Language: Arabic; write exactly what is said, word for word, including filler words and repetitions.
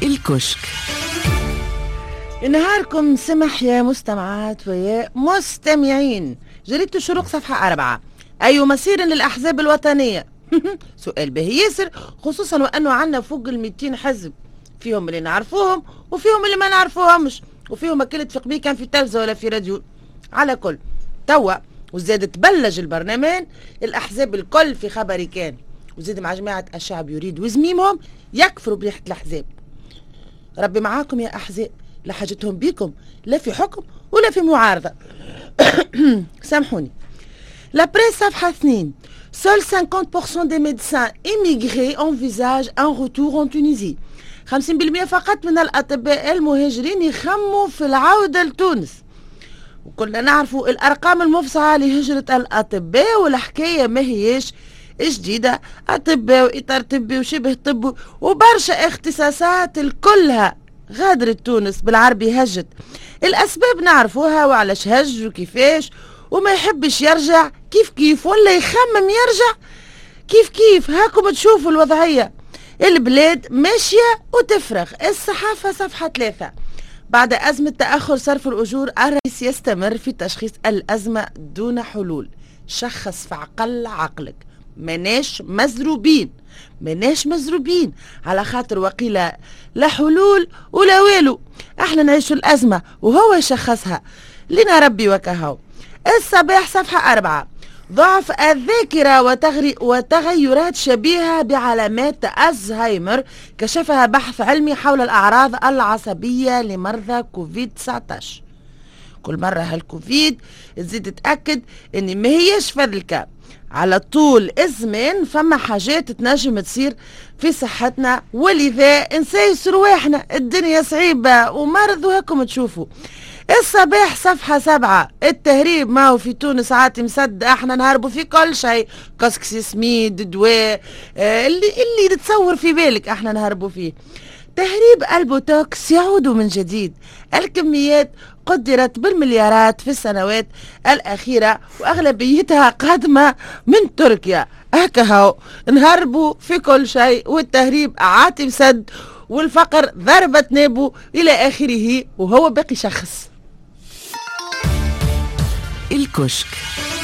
الكشك. نهاركم سمح يا مستمعات ويا مستمعين. جريدة الشروق صفحة أربعة. أي مسير للأحزاب الوطنية؟ سؤال باهي ياسر، خصوصا وأنه عنا فوق الميتين حزب، فيهم اللي نعرفوهم وفيهم اللي ما نعرفوهمش، وفيهم أكل تفيق بيه كان في تلفزة ولا في راديو. على كل توا وزاد تبلج البرلمان، الأحزاب الكل في خبر كان، وزاد مع جماعة الشعب يريد وزميمهم يكفروا بريحة الأحزاب. ربي معاكم يا أحزاب، لا حاجتهم بيكم لا في حكم ولا في معارضة. سامحوني. لا بريس صفحة اثنين. Seuls cinquante pour cent des médecins immigrés envisagent un retour en Tunisie. خمسين بالمئة فقط من الأطباء المهاجرين يخموا في العودة لتونس. وكلنا نعرفوا الأرقام المفصعة لهجرة الأطباء، والحكاية ما هيش جديدة. أطباء وإطار طبي وشبه طبي وبرشا اختصاصات الكلها غادرت تونس، بالعربي هجت. الأسباب نعرفوها وعلاش هج وكيفاش، وما يحبش يرجع كيف كيف، ولا يخمم يرجع كيف كيف. هاكم تشوفوا الوضعية، البلاد ماشية وتفرغ. الصحافة صفحة ثلاثة. بعد أزمة تأخر صرف الأجور، الرئيس يستمر في تشخيص الأزمة دون حلول. شخص في عقل عقلك، مناش مزروبين مناش مزروبين على خاطر وقيل لا حلول ولا والو. احنا نعيش الأزمة وهو يشخصها لنا ربي وكهو. الصباح صفحة أربعة. ضعف الذاكرة وتغري وتغيرات شبيهة بعلامات الزهايمر، كشفها بحث علمي حول الأعراض العصبية لمرضى كوفيد تسعة عشر. كل مرة هالكوفيد تزيد تتأكد ان ما هيش فذلكة، على طول الزمان فما حاجات تنجم تصير في صحتنا، ولذا نسيس رواحنا. الدنيا صعيبة ومرض وهكم تشوفوا. الصباح صفحة سبعة. التهريب ما هو في تونس عاتي مسد، احنا نهربوا في كل شيء، كسكسي سميد دواء، آه اللي اللي تتصور في بالك احنا نهربوا فيه. تهريب البوتوكس يعود من جديد. الكميات قدرت بالمليارات في السنوات الأخيرة، وأغلبيتها قادمة من تركيا. هكا نهربوا في كل شيء، والتهريب عاتي مسد، والفقر ضربة نابو إلى آخره، وهو باقي شخص. الكشك.